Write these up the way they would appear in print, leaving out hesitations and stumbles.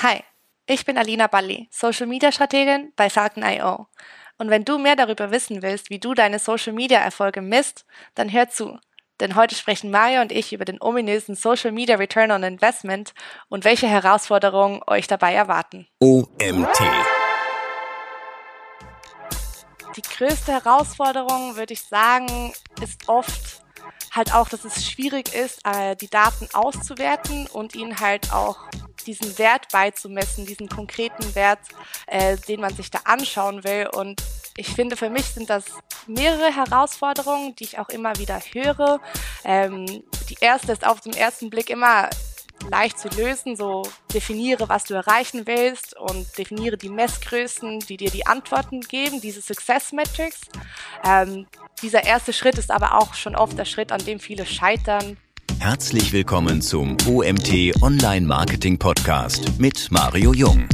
Hi, ich bin Alina Balli, Social Media Strategin bei Falcon.io. Und wenn du mehr darüber wissen willst, wie du deine Social Media Erfolge misst, dann hör zu. Denn heute sprechen Mario und ich über den ominösen Social Media Return on Investment und welche Herausforderungen euch dabei erwarten. OMT. Die größte Herausforderung, würde ich sagen, ist oft halt auch, dass es schwierig ist, die Daten auszuwerten und ihnen halt auch diesen Wert beizumessen, diesen konkreten Wert, den man sich da anschauen will. Und ich finde, für mich sind das mehrere Herausforderungen, die ich auch immer wieder höre. Die erste ist auf den ersten Blick immer leicht zu lösen, so definiere, was du erreichen willst und definiere die Messgrößen, die dir die Antworten geben, diese Success Metrics. Dieser erste Schritt ist aber auch schon oft der Schritt, an dem viele scheitern. Herzlich willkommen zum OMT Online Marketing Podcast mit Mario Jung.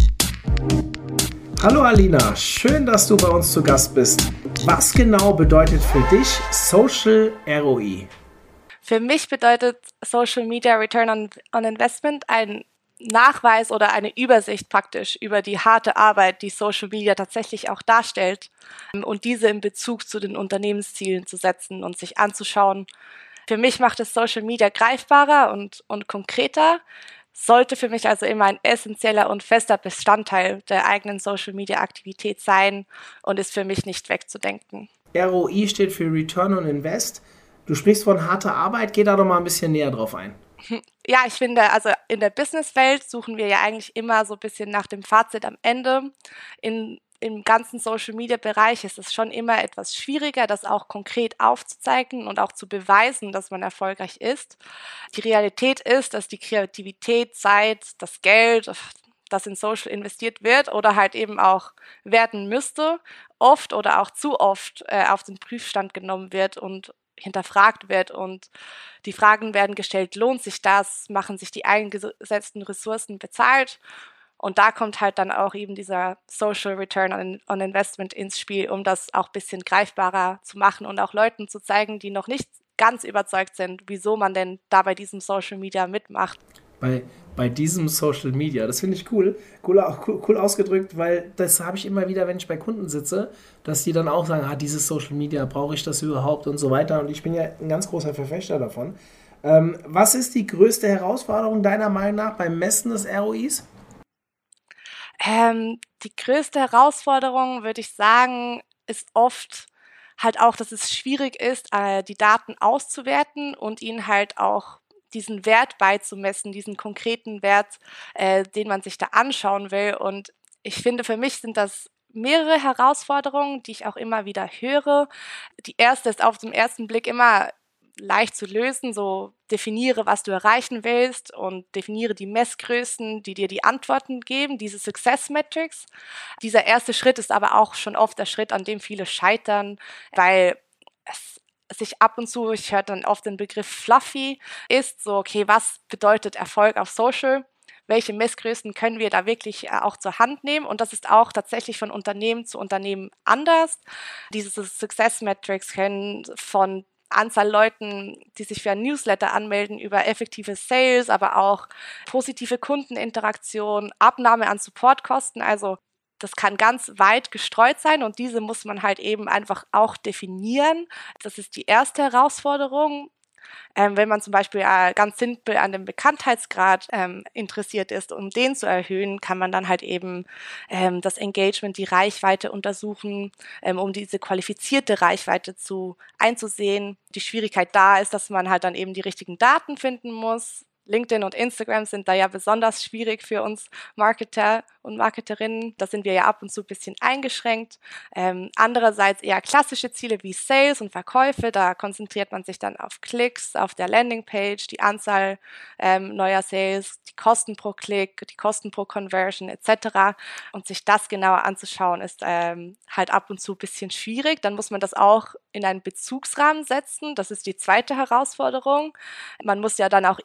Hallo Alina, schön, dass du bei uns zu Gast bist. Was genau bedeutet für dich Social ROI? Für mich bedeutet Social Media Return on Investment ein Nachweis oder eine Übersicht praktisch über die harte Arbeit, die Social Media tatsächlich auch darstellt und diese in Bezug zu den Unternehmenszielen zu setzen und sich anzuschauen. Für mich macht es Social Media greifbarer und konkreter, sollte für mich also immer ein essentieller und fester Bestandteil der eigenen Social Media Aktivität sein und ist für mich nicht wegzudenken. ROI steht für Return on Invest. Du sprichst von harter Arbeit, geh da doch mal ein bisschen näher drauf ein. Ja, ich finde, also in der Businesswelt suchen wir ja eigentlich immer so ein bisschen nach dem Fazit am Ende. Im ganzen Social-Media-Bereich ist es schon immer etwas schwieriger, das auch konkret aufzuzeigen und auch zu beweisen, dass man erfolgreich ist. Die Realität ist, dass die Kreativität, Zeit, das Geld, das in Social investiert wird oder halt eben auch werden müsste, oft oder auch zu oft auf den Prüfstand genommen wird und hinterfragt wird und die Fragen werden gestellt, lohnt sich das, machen sich die eingesetzten Ressourcen bezahlt? Und da kommt halt dann auch eben dieser Social Return on Investment ins Spiel, um das auch ein bisschen greifbarer zu machen und auch Leuten zu zeigen, die noch nicht ganz überzeugt sind, wieso man denn da bei diesem Social Media mitmacht. Bei diesem Social Media, das finde ich cool. Cool ausgedrückt, weil das habe ich immer wieder, wenn ich bei Kunden sitze, dass die dann auch sagen, dieses Social Media, brauche ich das überhaupt und so weiter. Und ich bin ja ein ganz großer Verfechter davon. Was ist die größte Herausforderung deiner Meinung nach beim Messen des ROIs? Die größte Herausforderung, würde ich sagen, ist oft halt auch, dass es schwierig ist, die Daten auszuwerten und ihnen halt auch diesen Wert beizumessen, diesen konkreten Wert, den man sich da anschauen will. Und ich finde, für mich sind das mehrere Herausforderungen, die ich auch immer wieder höre. Die erste ist auf den ersten Blick immer leicht zu lösen, so definiere, was du erreichen willst und definiere die Messgrößen, die dir die Antworten geben, diese Success Metrics. Dieser erste Schritt ist aber auch schon oft der Schritt, an dem viele scheitern, weil es sich ab und zu, ich höre dann oft den Begriff fluffy, ist so, okay, was bedeutet Erfolg auf Social? Welche Messgrößen können wir da wirklich auch zur Hand nehmen? Und das ist auch tatsächlich von Unternehmen zu Unternehmen anders. Diese Success Metrics können von Anzahl Leuten, die sich für ein Newsletter anmelden, über effektive Sales, aber auch positive Kundeninteraktion, Abnahme an Supportkosten. Also das kann ganz weit gestreut sein und diese muss man halt eben einfach auch definieren. Das ist die erste Herausforderung. Wenn man zum Beispiel ganz simpel an dem Bekanntheitsgrad interessiert ist, um den zu erhöhen, kann man dann halt eben das Engagement, die Reichweite untersuchen, um diese qualifizierte Reichweite einzusehen. Die Schwierigkeit da ist, dass man halt dann eben die richtigen Daten finden muss. LinkedIn und Instagram sind da ja besonders schwierig für uns Marketer und Marketerinnen. Da sind wir ja ab und zu ein bisschen eingeschränkt. Andererseits eher klassische Ziele wie Sales und Verkäufe. Da konzentriert man sich dann auf Klicks, auf der Landingpage, die Anzahl neuer Sales, die Kosten pro Klick, die Kosten pro Conversion etc. Und sich das genauer anzuschauen, ist halt ab und zu ein bisschen schwierig. Dann muss man das auch in einen Bezugsrahmen setzen. Das ist die zweite Herausforderung. Man muss ja dann auch irgendwie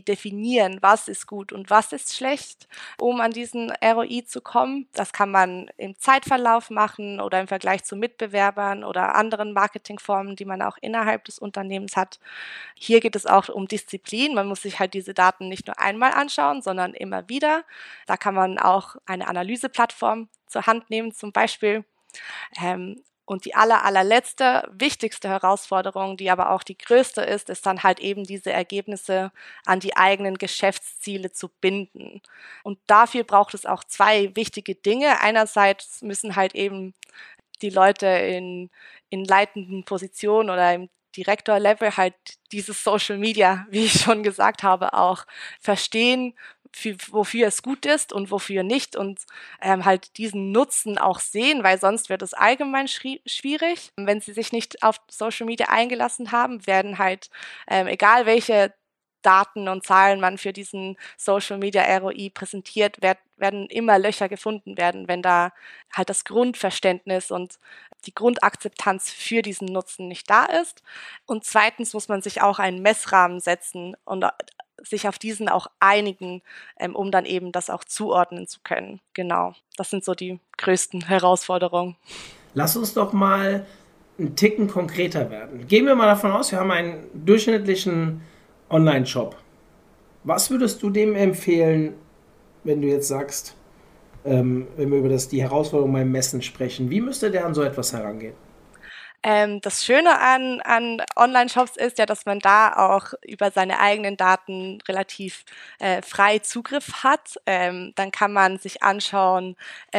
definieren, was ist gut und was ist schlecht, um an diesen ROI zu kommen. Das kann man im Zeitverlauf machen oder im Vergleich zu Mitbewerbern oder anderen Marketingformen, die man auch innerhalb des Unternehmens hat. Hier geht es auch um Disziplin. Man muss sich halt diese Daten nicht nur einmal anschauen, sondern immer wieder. Da kann man auch eine Analyseplattform zur Hand nehmen, zum Beispiel. Und die allerletzte, wichtigste Herausforderung, die aber auch die größte ist dann halt eben diese Ergebnisse an die eigenen Geschäftsziele zu binden. Und dafür braucht es auch zwei wichtige Dinge. Einerseits müssen halt eben die Leute in leitenden Positionen oder im Direktor-Level halt dieses Social Media, wie ich schon gesagt habe, auch verstehen, wofür es gut ist und wofür nicht und halt diesen Nutzen auch sehen, weil sonst wird es allgemein schwierig. Wenn sie sich nicht auf Social Media eingelassen haben, werden halt, egal welche Daten und Zahlen man für diesen Social Media ROI präsentiert, werden immer Löcher gefunden werden, wenn da halt das Grundverständnis und die Grundakzeptanz für diesen Nutzen nicht da ist. Und zweitens muss man sich auch einen Messrahmen setzen und sich auf diesen auch einigen, um dann eben das auch zuordnen zu können. Genau, das sind so die größten Herausforderungen. Lass uns doch mal einen Ticken konkreter werden. Gehen wir mal davon aus, wir haben einen durchschnittlichen Online-Shop. Was würdest du dem empfehlen, wenn du jetzt sagst, wenn wir über die Herausforderung beim Messen sprechen? Wie müsste der an so etwas herangehen? Das Schöne an Online-Shops ist ja, dass man da auch über seine eigenen Daten relativ frei Zugriff hat. Dann kann man sich anschauen,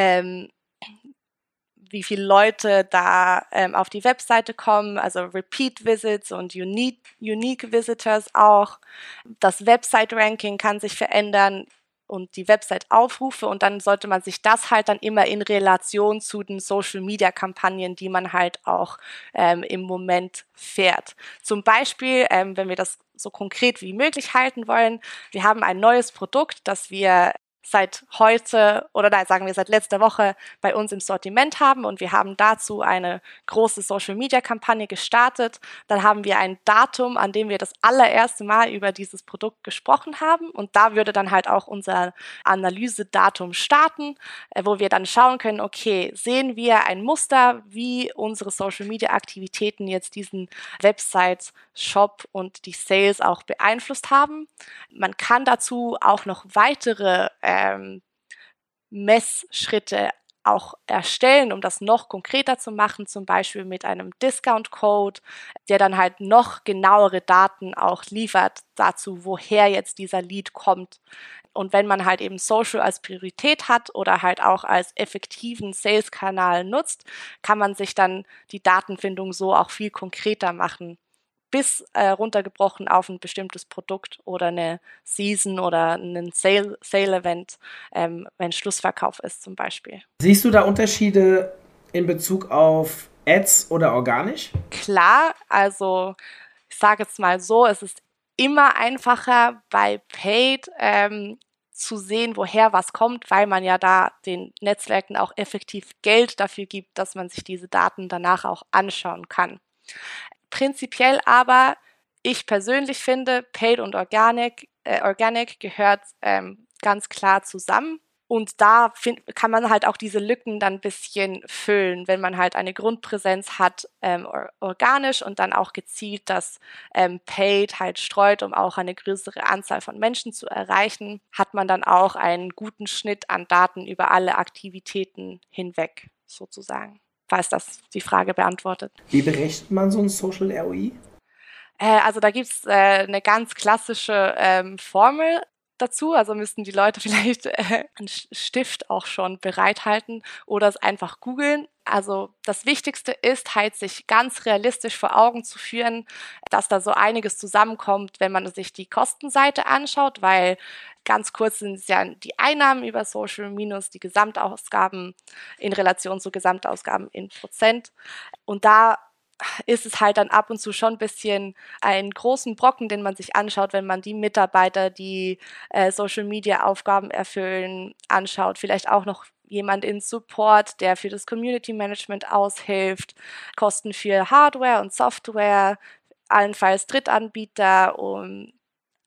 wie viele Leute da auf die Webseite kommen, also Repeat Visits und Unique Visitors auch. Das Website-Ranking kann sich verändern und die Website-Aufrufe und dann sollte man sich das halt dann immer in Relation zu den Social-Media-Kampagnen, die man halt auch im Moment fährt. Zum Beispiel, wenn wir das so konkret wie möglich halten wollen, wir haben ein neues Produkt, das wir seit heute oder nein, sagen wir seit letzter Woche bei uns im Sortiment haben und wir haben dazu eine große Social-Media-Kampagne gestartet. Dann haben wir ein Datum, an dem wir das allererste Mal über dieses Produkt gesprochen haben und da würde dann halt auch unser Analysedatum starten, wo wir dann schauen können, okay, sehen wir ein Muster, wie unsere Social-Media-Aktivitäten jetzt diesen Website-Shop und die Sales auch beeinflusst haben. Man kann dazu auch noch weitere Messschritte auch erstellen, um das noch konkreter zu machen, zum Beispiel mit einem Discount-Code, der dann halt noch genauere Daten auch liefert dazu, woher jetzt dieser Lead kommt. Und wenn man halt eben Social als Priorität hat oder halt auch als effektiven Sales-Kanal nutzt, kann man sich dann die Datenfindung so auch viel konkreter machen. Bis runtergebrochen auf ein bestimmtes Produkt oder eine Season oder einen Sale-Event, wenn Schlussverkauf ist zum Beispiel. Siehst du da Unterschiede in Bezug auf Ads oder organisch? Klar, also ich sage jetzt mal so, es ist immer einfacher bei Paid zu sehen, woher was kommt, weil man ja da den Netzwerken auch effektiv Geld dafür gibt, dass man sich diese Daten danach auch anschauen kann. Prinzipiell aber, ich persönlich finde, Paid und Organic gehört ganz klar zusammen. Und da kann man halt auch diese Lücken dann ein bisschen füllen, wenn man halt eine Grundpräsenz hat, organisch und dann auch gezielt das Paid halt streut, um auch eine größere Anzahl von Menschen zu erreichen, hat man dann auch einen guten Schnitt an Daten über alle Aktivitäten hinweg, sozusagen. Falls das die Frage beantwortet. Wie berechnet man so ein Social ROI? Also da gibt's eine ganz klassische Formel dazu. Also müssten die Leute vielleicht einen Stift auch schon bereithalten oder es einfach googeln. Also das Wichtigste ist halt, sich ganz realistisch vor Augen zu führen, dass da so einiges zusammenkommt, wenn man sich die Kostenseite anschaut, weil ganz kurz sind es ja die Einnahmen über Social minus die Gesamtausgaben in Relation zu Gesamtausgaben in Prozent. Und da ist es halt dann ab und zu schon ein bisschen einen großen Brocken, den man sich anschaut, wenn man die Mitarbeiter, die Social-Media-Aufgaben erfüllen, anschaut. Vielleicht auch noch jemand in Support, der für das Community-Management aushilft, Kosten für Hardware und Software, allenfalls Drittanbieter, um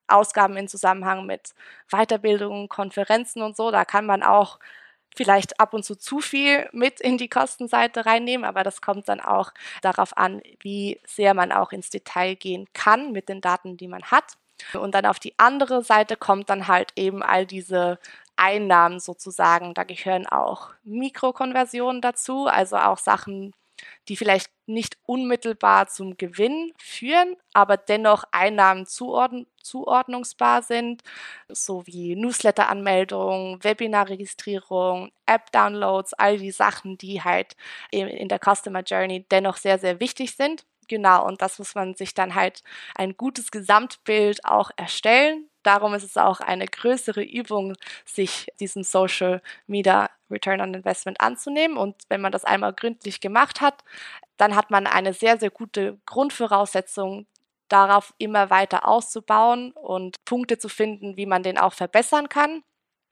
Ausgaben in Zusammenhang mit Weiterbildungen, Konferenzen und so. Da kann man auch vielleicht ab und zu viel mit in die Kostenseite reinnehmen, aber das kommt dann auch darauf an, wie sehr man auch ins Detail gehen kann mit den Daten, die man hat. Und dann auf die andere Seite kommt dann halt eben all diese Einnahmen sozusagen. Da gehören auch Mikrokonversionen dazu, also auch Sachen, die vielleicht nicht unmittelbar zum Gewinn führen, aber dennoch Einnahmen zuordnungsbar sind, sowie Newsletter-Anmeldung, Webinar-Registrierung, App-Downloads, all die Sachen, die halt in der Customer Journey dennoch sehr, sehr wichtig sind. Genau, und das muss man sich dann halt ein gutes Gesamtbild auch erstellen. Darum ist es auch eine größere Übung, sich diesem Social Media Return on Investment anzunehmen. Und wenn man das einmal gründlich gemacht hat, dann hat man eine sehr, sehr gute Grundvoraussetzung, darauf immer weiter auszubauen und Punkte zu finden, wie man den auch verbessern kann.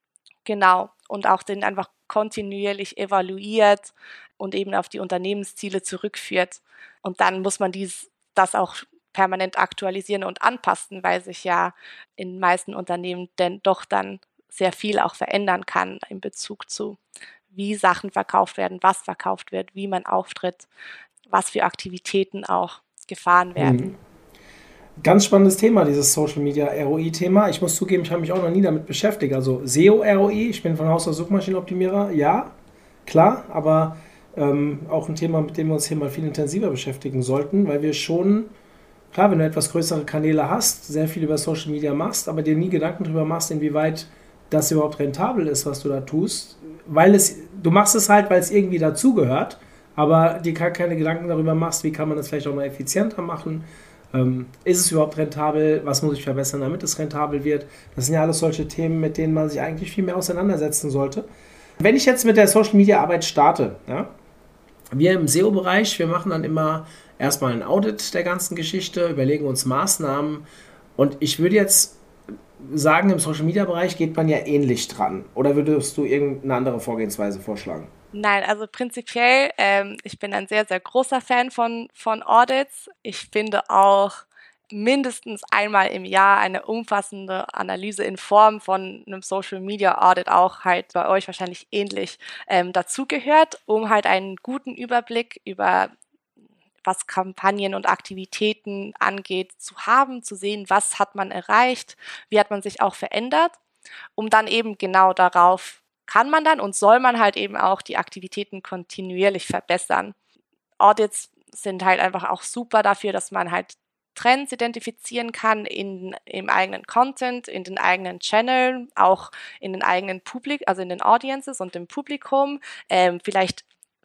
Genau, und auch den einfach kontinuierlich evaluiert und eben auf die Unternehmensziele zurückführt. Und dann muss man das auch permanent aktualisieren und anpassen, weil sich ja in den meisten Unternehmen denn doch dann sehr viel auch verändern kann in Bezug zu, wie Sachen verkauft werden, was verkauft wird, wie man auftritt, was für Aktivitäten auch gefahren werden. Ganz spannendes Thema, dieses Social Media ROI-Thema. Ich muss zugeben, ich habe mich auch noch nie damit beschäftigt. Also SEO ROI, ich bin von Haus aus Suchmaschinenoptimierer, ja, klar, aber auch ein Thema, mit dem wir uns hier mal viel intensiver beschäftigen sollten, weil wir schon, klar, wenn du etwas größere Kanäle hast, sehr viel über Social Media machst, aber dir nie Gedanken darüber machst, inwieweit das überhaupt rentabel ist, was du da tust, du machst es halt, weil es irgendwie dazugehört, aber dir keine Gedanken darüber machst, wie kann man das vielleicht auch noch effizienter machen. Ist es überhaupt rentabel? Was muss ich verbessern, damit es rentabel wird? Das sind ja alles solche Themen, mit denen man sich eigentlich viel mehr auseinandersetzen sollte. Wenn ich jetzt mit der Social Media Arbeit starte, ja, wir im SEO-Bereich, wir machen dann immer erstmal ein Audit der ganzen Geschichte, überlegen uns Maßnahmen und ich würde jetzt sagen, im Social Media Bereich geht man ja ähnlich dran. Oder würdest du irgendeine andere Vorgehensweise vorschlagen? Nein, also prinzipiell, ich bin ein sehr, sehr großer Fan von Audits. Ich finde auch mindestens einmal im Jahr eine umfassende Analyse in Form von einem Social Media Audit auch halt bei euch wahrscheinlich ähnlich dazugehört, um halt einen guten Überblick über was Kampagnen und Aktivitäten angeht, zu haben, zu sehen, was hat man erreicht, wie hat man sich auch verändert, um dann eben genau darauf kann man dann und soll man halt eben auch die Aktivitäten kontinuierlich verbessern. Audits sind halt einfach auch super dafür, dass man halt Trends identifizieren kann im eigenen Content, in den eigenen Channeln, auch in den eigenen also in den Audiences und dem Publikum. Vielleicht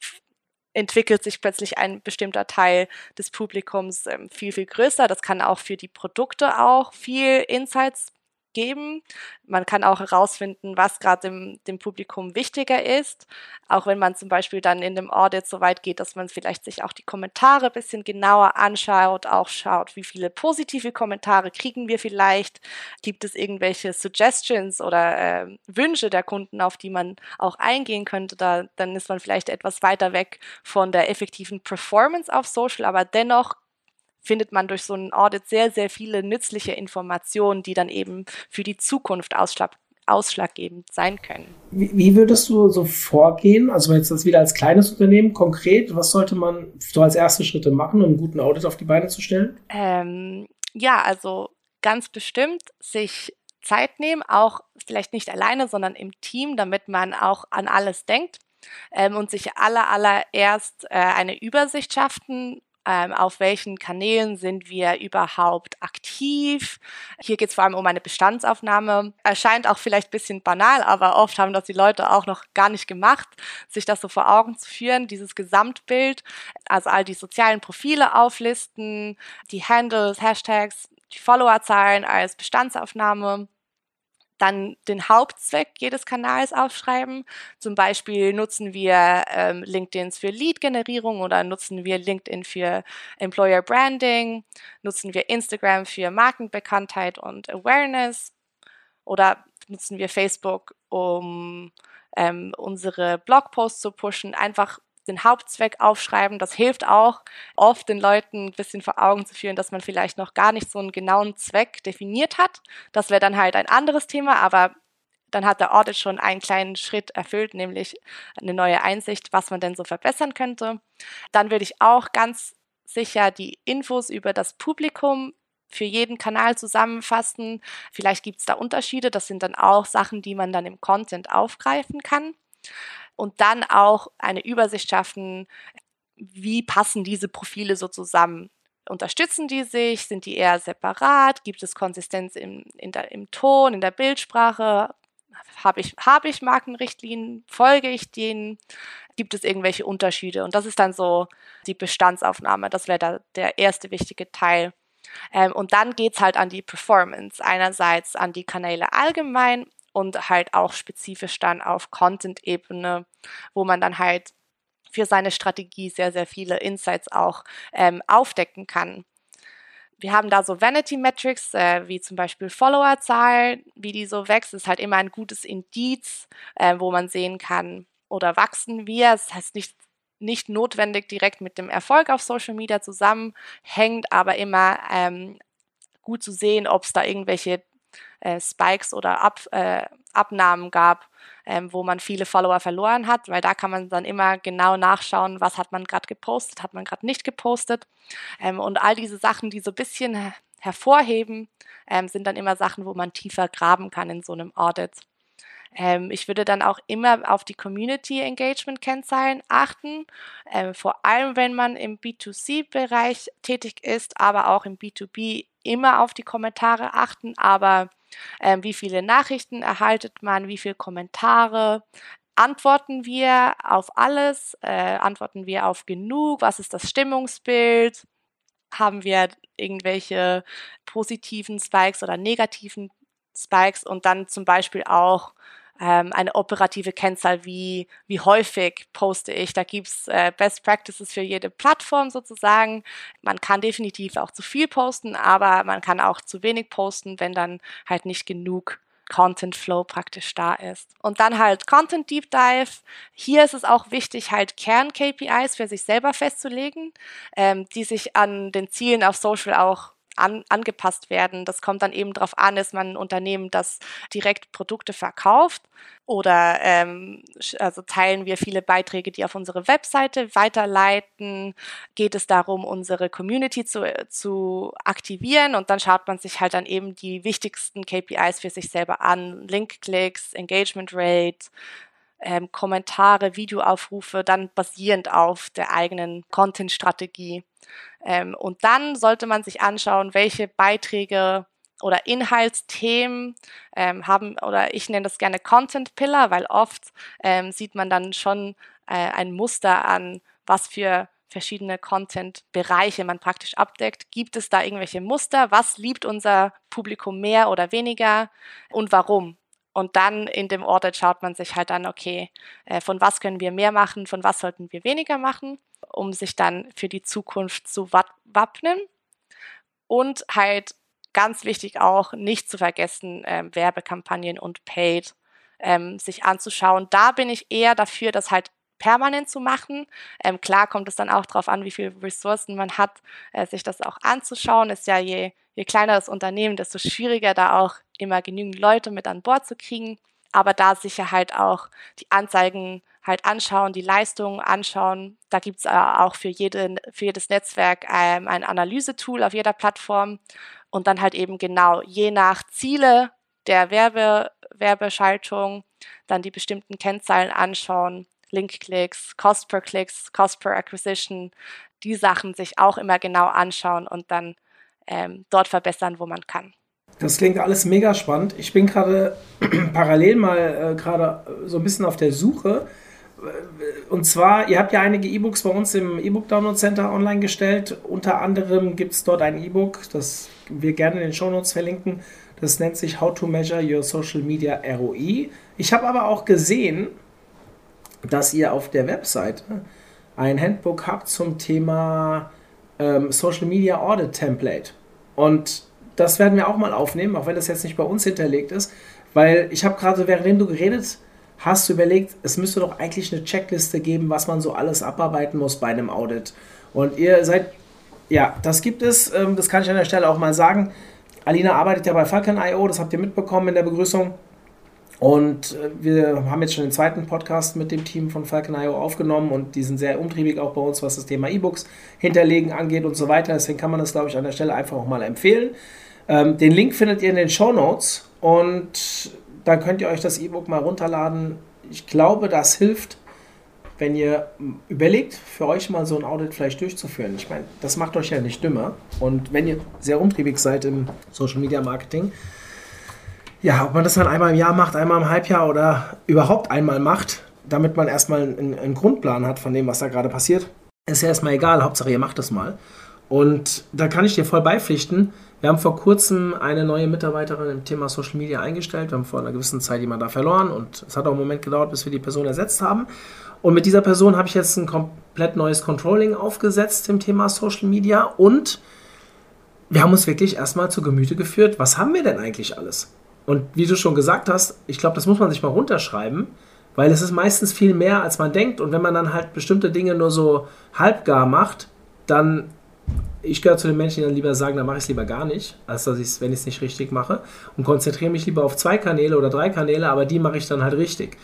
entwickelt sich plötzlich ein bestimmter Teil des Publikums viel, viel größer. Das kann auch für die Produkte auch viel Insights geben. Man kann auch herausfinden, was gerade dem Publikum wichtiger ist, auch wenn man zum Beispiel dann in dem Audit so weit geht, dass man vielleicht sich auch die Kommentare ein bisschen genauer anschaut, auch schaut, wie viele positive Kommentare kriegen wir vielleicht, gibt es irgendwelche Suggestions oder Wünsche der Kunden, auf die man auch eingehen könnte, dann ist man vielleicht etwas weiter weg von der effektiven Performance auf Social, aber dennoch findet man durch so ein Audit sehr, sehr viele nützliche Informationen, die dann eben für die Zukunft ausschlaggebend sein können. Wie würdest du so vorgehen? Also jetzt das wieder als kleines Unternehmen konkret, was sollte man so als erste Schritte machen, um einen guten Audit auf die Beine zu stellen? Ja, also ganz bestimmt sich Zeit nehmen, auch vielleicht nicht alleine, sondern im Team, damit man auch an alles denkt und sich allererst eine Übersicht schaffen, auf welchen Kanälen sind wir überhaupt aktiv. Hier geht es vor allem um eine Bestandsaufnahme. Erscheint auch vielleicht ein bisschen banal, aber oft haben das die Leute auch noch gar nicht gemacht, sich das so vor Augen zu führen, dieses Gesamtbild, also all die sozialen Profile auflisten, die Handles, Hashtags, die Followerzahlen als Bestandsaufnahme. Dann den Hauptzweck jedes Kanals aufschreiben. Zum Beispiel nutzen wir LinkedIn für Lead-Generierung oder nutzen wir LinkedIn für Employer Branding, nutzen wir Instagram für Markenbekanntheit und Awareness oder nutzen wir Facebook, um unsere Blogposts zu pushen. Einfach den Hauptzweck aufschreiben. Das hilft auch oft den Leuten ein bisschen vor Augen zu führen, dass man vielleicht noch gar nicht so einen genauen Zweck definiert hat. Das wäre dann halt ein anderes Thema, aber dann hat der Audit schon einen kleinen Schritt erfüllt, nämlich eine neue Einsicht, was man denn so verbessern könnte. Dann würde ich auch ganz sicher die Infos über das Publikum für jeden Kanal zusammenfassen. Vielleicht gibt es da Unterschiede. Das sind dann auch Sachen, die man dann im Content aufgreifen kann. Und dann auch eine Übersicht schaffen, wie passen diese Profile so zusammen? Unterstützen die sich? Sind die eher separat? Gibt es Konsistenz im Ton, in der Bildsprache? Habe ich Markenrichtlinien? Folge ich denen? Gibt es irgendwelche Unterschiede? Und das ist dann so die Bestandsaufnahme. Das wäre da der erste wichtige Teil. Und dann geht's halt an die Performance. Einerseits an die Kanäle allgemein und halt auch spezifisch dann auf Content-Ebene, wo man dann halt für seine Strategie sehr, sehr viele Insights auch aufdecken kann. Wir haben da so Vanity Metrics, wie zum Beispiel Followerzahl, wie die so wächst, ist halt immer ein gutes Indiz, wo man sehen kann, oder wachsen wir. Das heißt nicht notwendig direkt mit dem Erfolg auf Social Media zusammenhängt, aber immer gut zu sehen, ob es da irgendwelche Spikes oder Abnahmen gab, wo man viele Follower verloren hat, weil da kann man dann immer genau nachschauen, was hat man gerade gepostet, hat man gerade nicht gepostet. Und all diese Sachen, die so ein bisschen hervorheben, sind dann immer Sachen, wo man tiefer graben kann in so einem Audit. Ich würde dann auch immer auf die Community-Engagement-Kennzahlen achten, vor allem wenn man im B2C-Bereich tätig ist, aber auch im B2B immer auf die Kommentare achten, aber wie viele Nachrichten erhaltet man, wie viele Kommentare, antworten wir auf alles, antworten wir auf genug, was ist das Stimmungsbild, haben wir irgendwelche positiven Spikes oder negativen Spikes und dann zum Beispiel auch eine operative Kennzahl, wie häufig poste ich. Da gibt's Best Practices für jede Plattform sozusagen. Man kann definitiv auch zu viel posten, aber man kann auch zu wenig posten, wenn dann halt nicht genug Content Flow praktisch da ist. Und dann halt Content Deep Dive. Hier ist es auch wichtig, halt Kern-KPIs für sich selber festzulegen, die sich an den Zielen auf Social auch angepasst werden. Das kommt dann eben darauf an, ist man ein Unternehmen, das direkt Produkte verkauft oder also teilen wir viele Beiträge, die auf unsere Webseite weiterleiten, geht es darum, unsere Community zu aktivieren und dann schaut man sich halt dann eben die wichtigsten KPIs für sich selber an, Link-Klicks, Engagement Rate, Kommentare, Videoaufrufe, dann basierend auf der eigenen Content-Strategie. Und dann sollte man sich anschauen, welche Beiträge oder Inhaltsthemen haben, oder ich nenne das gerne Content Pillar, weil oft sieht man dann schon ein Muster an, was für verschiedene Content-Bereiche man praktisch abdeckt. Gibt es da irgendwelche Muster? Was liebt unser Publikum mehr oder weniger und warum? Und dann in dem Audit schaut man sich halt an, okay, von was können wir mehr machen, von was sollten wir weniger machen, um sich dann für die Zukunft zu wappnen. Und halt ganz wichtig auch, nicht zu vergessen, Werbekampagnen und Paid sich anzuschauen. Da bin ich eher dafür, das halt permanent zu machen. Klar kommt es dann auch darauf an, wie viele Ressourcen man hat, sich das auch anzuschauen. Ist ja je kleiner das Unternehmen, desto schwieriger da auch immer genügend Leute mit an Bord zu kriegen. Aber da sicher halt auch die Anzeigen halt anschauen, die Leistungen anschauen. Da gibt es auch für jedes Netzwerk ein Analysetool auf jeder Plattform. Und dann halt eben genau je nach Ziele der Werbeschaltung dann die bestimmten Kennzahlen anschauen. Link-Klicks, Cost per Clicks, Cost per Acquisition, die Sachen sich auch immer genau anschauen und dann dort verbessern, wo man kann. Das klingt alles mega spannend. Ich bin gerade parallel mal gerade so ein bisschen auf der Suche. Und zwar, ihr habt ja einige E-Books bei uns im E-Book Download Center online gestellt. Unter anderem gibt es dort ein E-Book, das wir gerne in den Shownotes verlinken. Das nennt sich How to Measure Your Social Media ROI. Ich habe aber auch gesehen, dass ihr auf der Webseite ein Handbook habt zum Thema Social Media Audit Template. Und das werden wir auch mal aufnehmen, auch wenn das jetzt nicht bei uns hinterlegt ist, weil ich habe gerade, währenddem du geredet hast du überlegt, es müsste doch eigentlich eine Checkliste geben, was man so alles abarbeiten muss bei einem Audit. Und ihr seid, ja, das gibt es, das kann ich an der Stelle auch mal sagen. Alina arbeitet ja bei Falcon.io, das habt ihr mitbekommen in der Begrüßung. Und wir haben jetzt schon den zweiten Podcast mit dem Team von Falcon.io aufgenommen und die sind sehr umtriebig auch bei uns, was das Thema E-Books hinterlegen angeht und so weiter. Deswegen kann man das, glaube ich, an der Stelle einfach auch mal empfehlen. Den Link findet ihr in den Shownotes und dann könnt ihr euch das E-Book mal runterladen. Ich glaube, das hilft, wenn ihr überlegt, für euch mal so ein Audit vielleicht durchzuführen. Ich meine, das macht euch ja nicht dümmer. Und wenn ihr sehr umtriebig seid im Social Media Marketing, ja, ob man das dann einmal im Jahr macht, einmal im Halbjahr oder überhaupt einmal macht, damit man erstmal einen Grundplan hat von dem, was da gerade passiert, ist ja erstmal egal. Hauptsache, ihr macht das mal. Und da kann ich dir voll beipflichten. Wir haben vor kurzem eine neue Mitarbeiterin im Thema Social Media eingestellt. Wir haben vor einer gewissen Zeit jemanden da verloren und es hat auch einen Moment gedauert, bis wir die Person ersetzt haben. Und mit dieser Person habe ich jetzt ein komplett neues Controlling aufgesetzt im Thema Social Media und wir haben uns wirklich erstmal zu Gemüte geführt, was haben wir denn eigentlich alles? Und wie du schon gesagt hast, ich glaube, das muss man sich mal runterschreiben, weil es ist meistens viel mehr, als man denkt. Und wenn man dann halt bestimmte Dinge nur so halbgar macht, dann, ich gehöre zu den Menschen, die dann lieber sagen, dann mache ich es lieber gar nicht, als dass wenn ich es nicht richtig mache. Und konzentriere mich lieber auf 2 Kanäle oder 3 Kanäle, aber die mache ich dann halt richtig.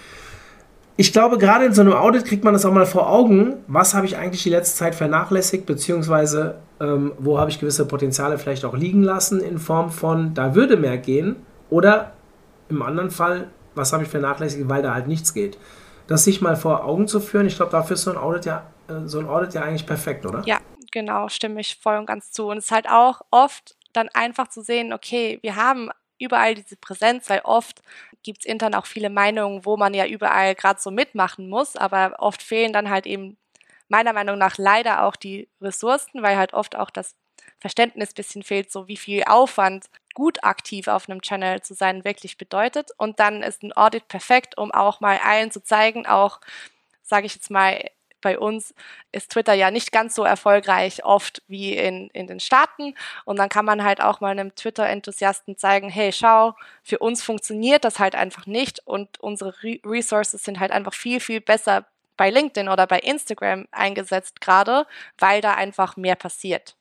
Ich glaube, gerade in so einem Audit kriegt man das auch mal vor Augen, was habe ich eigentlich die letzte Zeit vernachlässigt, beziehungsweise wo habe ich gewisse Potenziale vielleicht auch liegen lassen in Form von, da würde mehr gehen. Oder im anderen Fall, was habe ich vernachlässigt, weil da halt nichts geht. Das sich mal vor Augen zu führen, ich glaube, dafür ist so ein Audit ja eigentlich perfekt, oder? Ja, genau, stimme ich voll und ganz zu. Und es ist halt auch oft dann einfach zu sehen, okay, wir haben überall diese Präsenz, weil oft gibt es intern auch viele Meinungen, wo man ja überall gerade so mitmachen muss, aber oft fehlen dann halt eben meiner Meinung nach leider auch die Ressourcen, weil halt oft auch das Verständnis ein bisschen fehlt, so wie viel Aufwand gut aktiv auf einem Channel zu sein wirklich bedeutet. Und dann ist ein Audit perfekt, um auch mal allen zu zeigen, auch, sage ich jetzt mal, bei uns ist Twitter ja nicht ganz so erfolgreich oft wie in den Staaten. Und dann kann man halt auch mal einem Twitter-Enthusiasten zeigen, hey, schau, für uns funktioniert das halt einfach nicht und unsere Resources sind halt einfach viel, viel besser bei LinkedIn oder bei Instagram eingesetzt gerade, weil da einfach mehr passiert.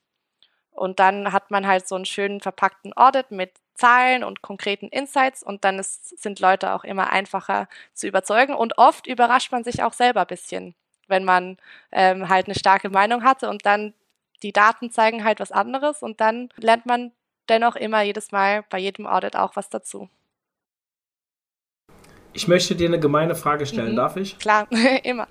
Und dann hat man halt so einen schönen verpackten Audit mit Zahlen und konkreten Insights und dann sind Leute auch immer einfacher zu überzeugen. Und oft überrascht man sich auch selber ein bisschen, wenn man halt eine starke Meinung hatte und dann die Daten zeigen halt was anderes und dann lernt man dennoch immer jedes Mal bei jedem Audit auch was dazu. Ich möchte dir eine gemeine Frage stellen, darf ich? Klar, immer.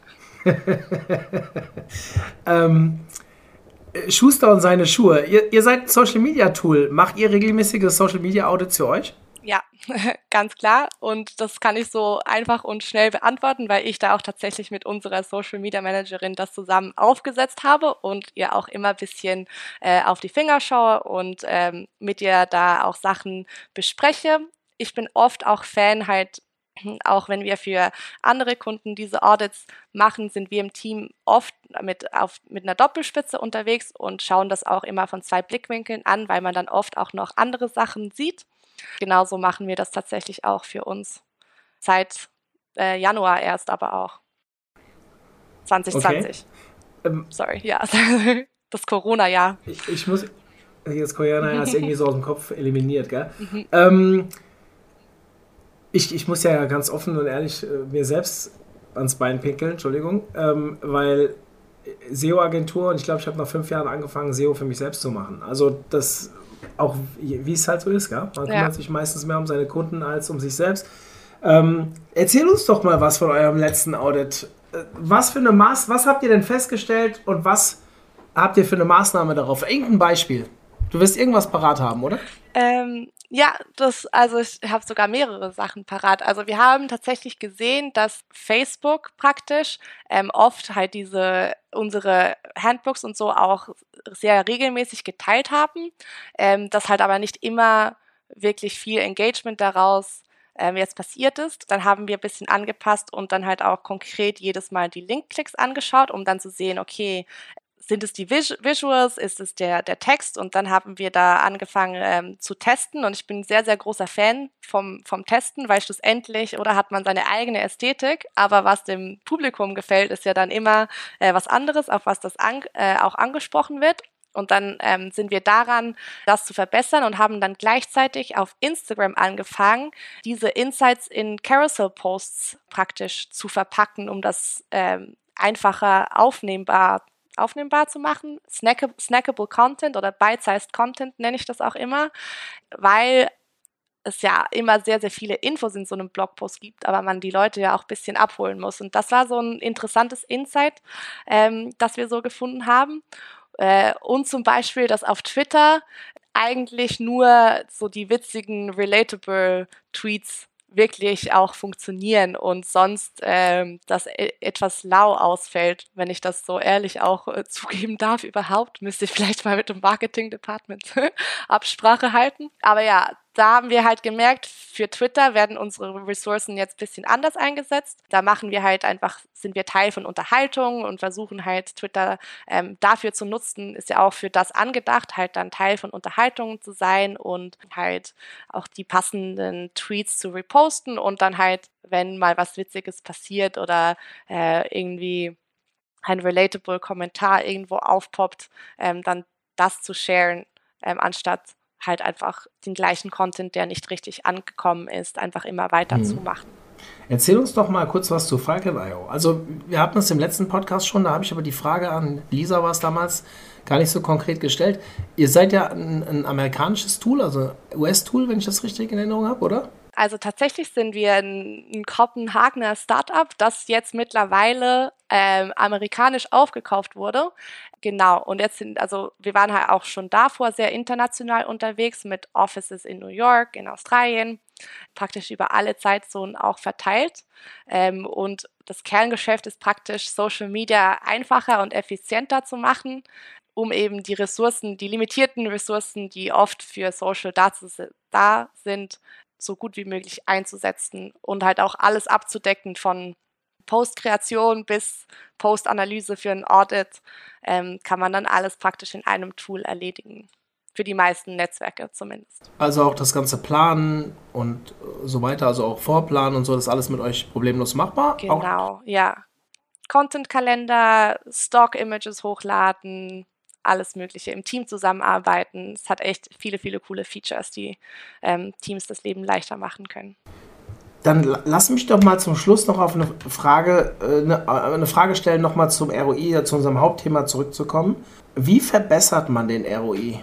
Schuster und seine Schuhe. Ihr seid ein Social-Media-Tool. Macht ihr regelmäßige Social-Media-Audits für euch? Ja, ganz klar. Und das kann ich so einfach und schnell beantworten, weil ich da auch tatsächlich mit unserer Social-Media-Managerin das zusammen aufgesetzt habe und ihr auch immer ein bisschen auf die Finger schaue und mit ihr da auch Sachen bespreche. Ich bin oft auch Fan halt, auch wenn wir für andere Kunden diese Audits machen, sind wir im Team oft mit einer Doppelspitze unterwegs und schauen das auch immer von 2 Blickwinkeln an, weil man dann oft auch noch andere Sachen sieht. Genauso machen wir das tatsächlich auch für uns. Seit Januar erst aber auch. 2020. Okay. Sorry, ja. Das Corona-Jahr. Ich muss... Jetzt Corona ist irgendwie so aus dem Kopf eliminiert, gell? Ich muss ja ganz offen und ehrlich mir selbst ans Bein pinkeln, Entschuldigung, weil SEO-Agentur und ich glaube, ich habe nach 5 Jahren angefangen, SEO für mich selbst zu machen. Also das auch, wie es halt so ist, gell? Man kümmert sich meistens mehr um seine Kunden als um sich selbst. Erzähl uns doch mal was von eurem letzten Audit. Was habt ihr denn festgestellt und was habt ihr für eine Maßnahme darauf? Irgendein Beispiel. Du wirst irgendwas parat haben, oder? Ja, ich habe sogar mehrere Sachen parat. Also wir haben tatsächlich gesehen, dass Facebook praktisch oft halt unsere Handbooks und so auch sehr regelmäßig geteilt haben, dass halt aber nicht immer wirklich viel Engagement daraus jetzt passiert ist. Dann haben wir ein bisschen angepasst und dann halt auch konkret jedes Mal die Link-Klicks angeschaut, um dann zu sehen, okay, sind es die Visuals, ist es der Text? Und dann haben wir da angefangen zu testen und ich bin ein sehr, sehr großer Fan vom Testen, weil schlussendlich, oder hat man seine eigene Ästhetik, aber was dem Publikum gefällt, ist ja dann immer was anderes, auf was das auch angesprochen wird. Und dann sind wir daran, das zu verbessern und haben dann gleichzeitig auf Instagram angefangen, diese Insights in Carousel-Posts praktisch zu verpacken, um das einfacher aufnehmbar zu machen. Snackable Content oder Bite-Sized Content nenne ich das auch immer, weil es ja immer sehr, sehr viele Infos in so einem Blogpost gibt, aber man die Leute ja auch ein bisschen abholen muss. Und das war so ein interessantes Insight, das wir so gefunden haben. Und zum Beispiel, dass auf Twitter eigentlich nur so die witzigen, relatable Tweets wirklich auch funktionieren und sonst das etwas lau ausfällt, wenn ich das so ehrlich auch zugeben darf überhaupt, müsste ich vielleicht mal mit dem Marketing-Department Absprache halten. Aber ja, da haben wir halt gemerkt, für Twitter werden unsere Ressourcen jetzt ein bisschen anders eingesetzt. Da machen wir halt einfach, sind wir Teil von Unterhaltung und versuchen halt Twitter dafür zu nutzen, ist ja auch für das angedacht, halt dann Teil von Unterhaltungen zu sein und halt auch die passenden Tweets zu reposten und dann halt, wenn mal was Witziges passiert oder irgendwie ein relatable Kommentar irgendwo aufpoppt, dann das zu sharen, anstatt halt einfach den gleichen Content, der nicht richtig angekommen ist, einfach immer weiter zu machen. Erzähl uns doch mal kurz was zu Falcon.io. Also wir hatten es im letzten Podcast schon, da habe ich aber die Frage an Lisa, war es damals, gar nicht so konkret gestellt. Ihr seid ja ein amerikanisches Tool, also US-Tool, wenn ich das richtig in Erinnerung habe, oder? Also tatsächlich sind wir ein Kopenhagener Startup, das jetzt mittlerweile amerikanisch aufgekauft wurde. Genau, und jetzt wir waren halt auch schon davor sehr international unterwegs mit Offices in New York, in Australien, praktisch über alle Zeitzonen auch verteilt. Und das Kerngeschäft ist praktisch, Social Media einfacher und effizienter zu machen, um eben die limitierten Ressourcen, die oft für Social da sind, so gut wie möglich einzusetzen und halt auch alles abzudecken von Postkreation bis Postanalyse für ein Audit, kann man dann alles praktisch in einem Tool erledigen. Für die meisten Netzwerke zumindest. Also auch das ganze Planen und so weiter, also auch Vorplanen und so, das ist alles mit euch problemlos machbar? Genau, ja. Content-Kalender, Stock-Images hochladen, alles Mögliche, im Team zusammenarbeiten. Es hat echt viele, viele coole Features, die Teams das Leben leichter machen können. Dann lass mich doch mal zum Schluss noch auf eine Frage stellen, nochmal zum ROI, zu unserem Hauptthema zurückzukommen. Wie verbessert man den ROI?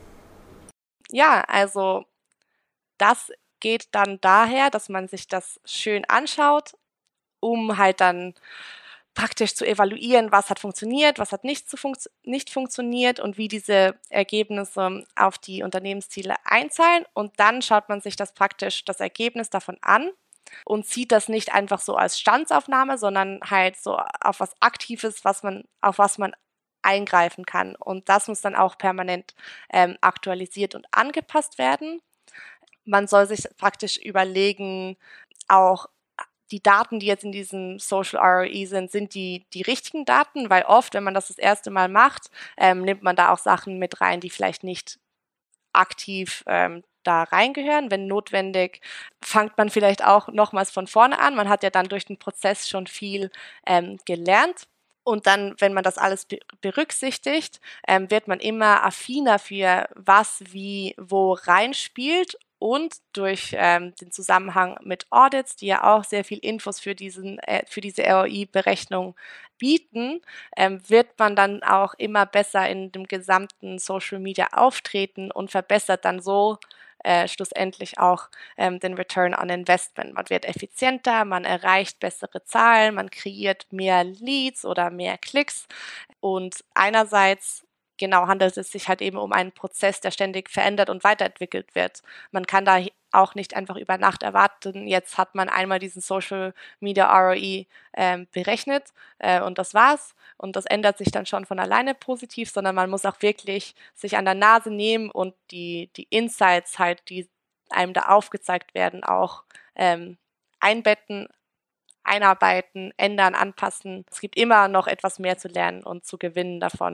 Ja, also das geht dann daher, dass man sich das schön anschaut, um halt dann praktisch zu evaluieren, was hat funktioniert, was hat nicht funktioniert und wie diese Ergebnisse auf die Unternehmensziele einzahlen. Und dann schaut man sich das Ergebnis davon an und sieht das nicht einfach so als Standsaufnahme, sondern halt so auf was Aktives, auf was man eingreifen kann. Und das muss dann auch permanent aktualisiert und angepasst werden. Man soll sich praktisch überlegen, auch die Daten, die jetzt in diesem Social ROI sind die richtigen Daten, weil oft, wenn man das erste Mal macht, nimmt man da auch Sachen mit rein, die vielleicht nicht aktiv da reingehören. Wenn notwendig, fängt man vielleicht auch nochmals von vorne an. Man hat ja dann durch den Prozess schon viel gelernt. Und dann, wenn man das alles berücksichtigt, wird man immer affiner für was, wie, wo reinspielt. Und durch den Zusammenhang mit Audits, die ja auch sehr viel Infos für diese ROI-Berechnung bieten, wird man dann auch immer besser in dem gesamten Social Media auftreten und verbessert dann so schlussendlich auch den Return on Investment. Man wird effizienter, man erreicht bessere Zahlen, man kreiert mehr Leads oder mehr Klicks und einerseits handelt es sich halt eben um einen Prozess, der ständig verändert und weiterentwickelt wird. Man kann da auch nicht einfach über Nacht erwarten, jetzt hat man einmal diesen Social Media ROI berechnet und das war's. Und das ändert sich dann schon von alleine positiv, sondern man muss auch wirklich sich an der Nase nehmen und die Insights halt, die einem da aufgezeigt werden, auch einbetten, einarbeiten, ändern, anpassen. Es gibt immer noch etwas mehr zu lernen und zu gewinnen davon.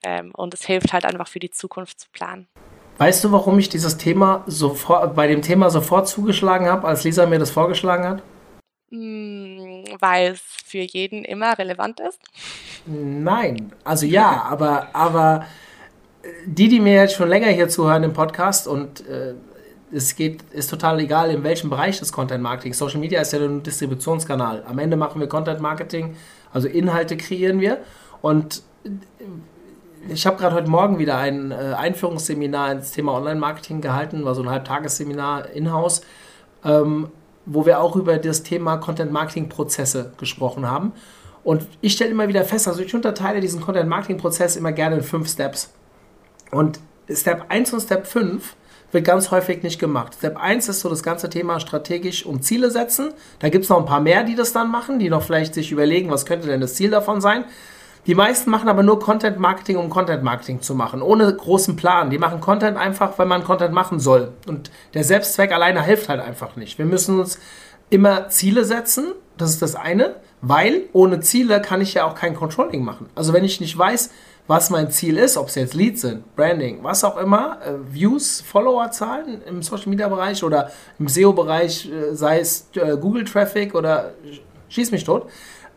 Und es hilft halt einfach für die Zukunft zu planen. Weißt du, warum ich dieses Thema bei dem Thema sofort zugeschlagen habe, als Lisa mir das vorgeschlagen hat? Weil es für jeden immer relevant ist? Nein, also ja, aber die mir jetzt schon länger hier zuhören im Podcast und ist total egal, in welchem Bereich des Content Marketing. Social Media ist ja ein Distributionskanal. Am Ende machen wir Content Marketing, also Inhalte kreieren wir. Und ich habe gerade heute Morgen wieder ein Einführungsseminar ins Thema Online-Marketing gehalten, war so ein Halbtagesseminar in-house, wo wir auch über das Thema Content-Marketing-Prozesse gesprochen haben. Und ich stelle immer wieder fest, also ich unterteile diesen Content-Marketing-Prozess immer gerne in 5 Steps. Und Step 1 und Step 5 wird ganz häufig nicht gemacht. Step 1 ist so das ganze Thema strategisch und Ziele setzen. Da gibt es noch ein paar mehr, die das dann machen, die noch vielleicht sich überlegen, was könnte denn das Ziel davon sein. Die meisten machen aber nur Content Marketing, um Content Marketing zu machen, ohne großen Plan. Die machen Content einfach, weil man Content machen soll. Und der Selbstzweck alleine hilft halt einfach nicht. Wir müssen uns immer Ziele setzen, das ist das eine, weil ohne Ziele kann ich ja auch kein Controlling machen. Also wenn ich nicht weiß, was mein Ziel ist, ob es jetzt Leads sind, Branding, was auch immer, Views, Followerzahlen im Social Media Bereich oder im SEO-Bereich, sei es Google Traffic oder schieß mich tot.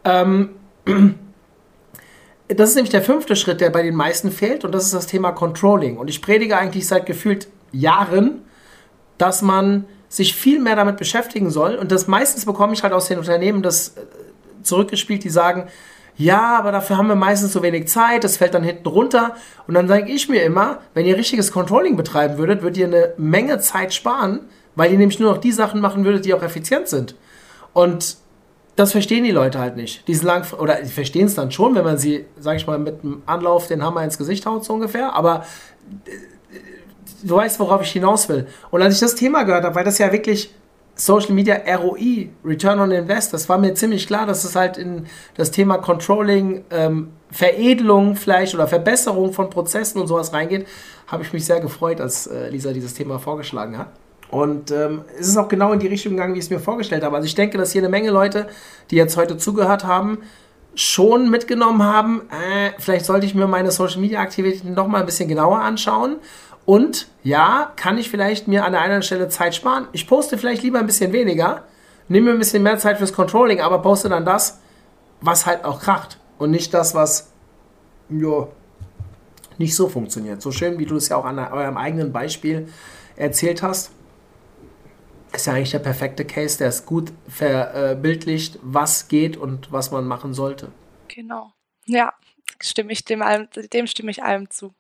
Das ist nämlich der 5. Schritt, der bei den meisten fehlt, und das ist das Thema Controlling. Und ich predige eigentlich seit gefühlt Jahren, dass man sich viel mehr damit beschäftigen soll. Und das meistens bekomme ich halt aus den Unternehmen das zurückgespielt, die sagen, ja, aber dafür haben wir meistens so wenig Zeit, das fällt dann hinten runter. Und dann sage ich mir immer, wenn ihr richtiges Controlling betreiben würdet, würdet ihr eine Menge Zeit sparen, weil ihr nämlich nur noch die Sachen machen würdet, die auch effizient sind. Und das verstehen die Leute halt nicht. Die verstehen es dann schon, wenn man sie, sag ich mal, mit einem Anlauf den Hammer ins Gesicht haut, so ungefähr. Aber du weißt, worauf ich hinaus will. Und als ich das Thema gehört habe, weil das ja wirklich Social Media ROI, Return on Invest, das war mir ziemlich klar, dass es halt in das Thema Controlling, Veredelung vielleicht oder Verbesserung von Prozessen und sowas reingeht, habe ich mich sehr gefreut, als Lisa dieses Thema vorgeschlagen hat. Und es ist auch genau in die Richtung gegangen, wie ich es mir vorgestellt habe. Also ich denke, dass hier eine Menge Leute, die jetzt heute zugehört haben, schon mitgenommen haben, vielleicht sollte ich mir meine Social-Media-Aktivitäten noch mal ein bisschen genauer anschauen. Und ja, kann ich vielleicht mir an der einen Stelle Zeit sparen? Ich poste vielleicht lieber ein bisschen weniger, nehme mir ein bisschen mehr Zeit fürs Controlling, aber poste dann das, was halt auch kracht. Und nicht das, was nicht so funktioniert. So schön, wie du es ja auch an eurem eigenen Beispiel erzählt hast, ist ja eigentlich der perfekte Case, der es gut verbildlicht, was geht und was man machen sollte. Genau. Ja, dem stimme ich allem zu.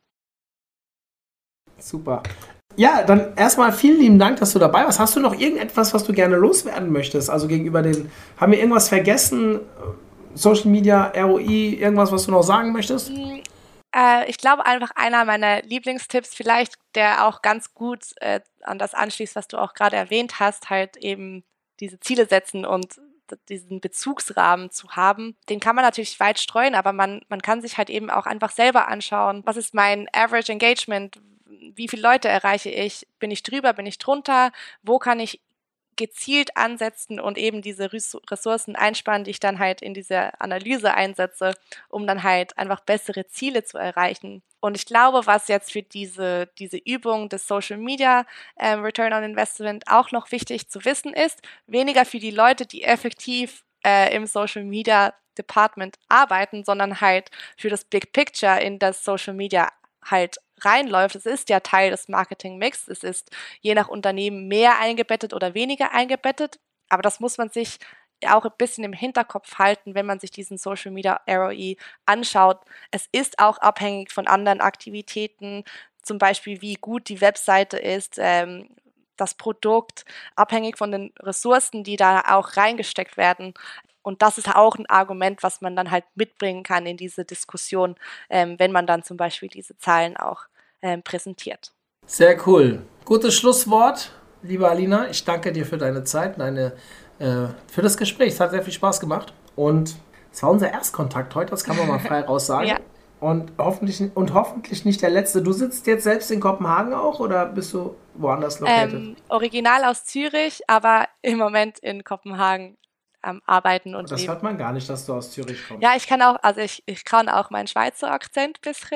Super. Ja, dann erstmal vielen lieben Dank, dass du dabei warst. Hast du noch irgendetwas, was du gerne loswerden möchtest? Also haben wir irgendwas vergessen? Social Media, ROI, irgendwas, was du noch sagen möchtest? Ich glaube einfach einer meiner Lieblingstipps vielleicht, der auch ganz gut an das anschließt, was du auch gerade erwähnt hast, halt eben diese Ziele setzen und diesen Bezugsrahmen zu haben. Den kann man natürlich weit streuen, aber man kann sich halt eben auch einfach selber anschauen, was ist mein Average Engagement, wie viele Leute erreiche ich, bin ich drüber, bin ich drunter, wo kann ich gezielt ansetzen und eben diese Ressourcen einsparen, die ich dann halt in diese Analyse einsetze, um dann halt einfach bessere Ziele zu erreichen. Und ich glaube, was jetzt für diese Übung des Social Media Return on Investment auch noch wichtig zu wissen ist, weniger für die Leute, die effektiv im Social Media Department arbeiten, sondern halt für das Big Picture in das Social Media halt reinläuft. Es ist ja Teil des Marketing-Mix. Es ist je nach Unternehmen mehr eingebettet oder weniger eingebettet. Aber das muss man sich auch ein bisschen im Hinterkopf halten, wenn man sich diesen Social Media ROI anschaut. Es ist auch abhängig von anderen Aktivitäten, zum Beispiel wie gut die Webseite ist, das Produkt, abhängig von den Ressourcen, die da auch reingesteckt werden. Und das ist auch ein Argument, was man dann halt mitbringen kann in diese Diskussion, wenn man dann zum Beispiel diese Zahlen auch präsentiert. Sehr cool. Gutes Schlusswort, liebe Alina. Ich danke dir für deine Zeit, für das Gespräch. Es hat sehr viel Spaß gemacht. Und es war unser Erstkontakt heute, das kann man mal frei raus sagen. Ja. Und hoffentlich nicht der letzte. Du sitzt jetzt selbst in Kopenhagen auch oder bist du woanders located? Original aus Zürich, aber im Moment in Kopenhagen am Arbeiten und das Leben. Hört man gar nicht, dass du aus Zürich kommst. Ja, ich kann auch meinen Schweizer Akzent ein bisschen,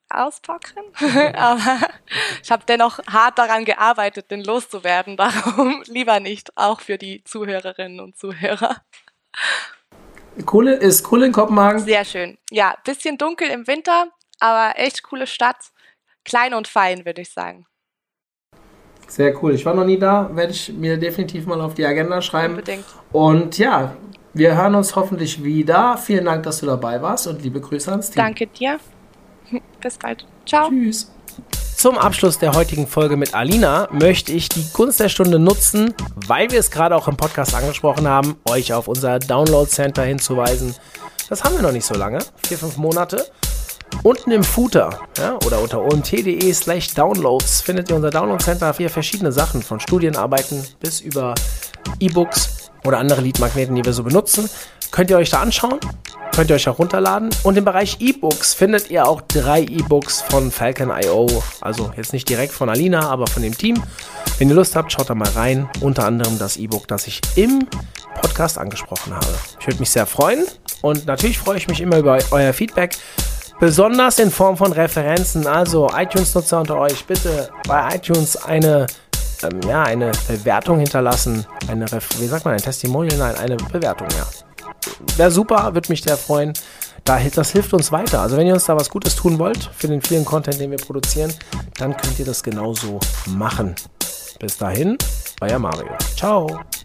auspacken. Aber ich habe dennoch hart daran gearbeitet, den loszuwerden. Darum lieber nicht, auch für die Zuhörerinnen und Zuhörer. Ist cool in Kopenhagen? Sehr schön. Ja, bisschen dunkel im Winter, aber echt coole Stadt. Klein und fein, würde ich sagen. Sehr cool. Ich war noch nie da, werde ich mir definitiv mal auf die Agenda schreiben. Unbedingt. Und ja, wir hören uns hoffentlich wieder. Vielen Dank, dass du dabei warst und liebe Grüße ans Team. Danke dir. Bis bald. Ciao. Tschüss. Zum Abschluss der heutigen Folge mit Alina möchte ich die Gunst der Stunde nutzen, weil wir es gerade auch im Podcast angesprochen haben, euch auf unser Download Center hinzuweisen. Das haben wir noch nicht so lange, 4-5 Monate. Unten im Footer, ja, oder unter omt.de/downloads findet ihr unser Download Center für verschiedene Sachen, von Studienarbeiten bis über E-Books oder andere Leadmagneten, die wir so benutzen. Könnt ihr euch da anschauen, könnt ihr euch auch runterladen. Und im Bereich E-Books findet ihr auch 3 E-Books von Falcon.io, also jetzt nicht direkt von Alina, aber von dem Team. Wenn ihr Lust habt, schaut da mal rein, unter anderem das E-Book, das ich im Podcast angesprochen habe. Ich würde mich sehr freuen und natürlich freue ich mich immer über euer Feedback. Besonders in Form von Referenzen, also iTunes-Nutzer unter euch, bitte bei iTunes eine Bewertung hinterlassen, ein Testimonial, nein, eine Bewertung, ja. Wäre super, würde mich sehr freuen, das hilft uns weiter. Also wenn ihr uns da was Gutes tun wollt, für den vielen Content, den wir produzieren, dann könnt ihr das genauso machen. Bis dahin, euer Mario. Ciao.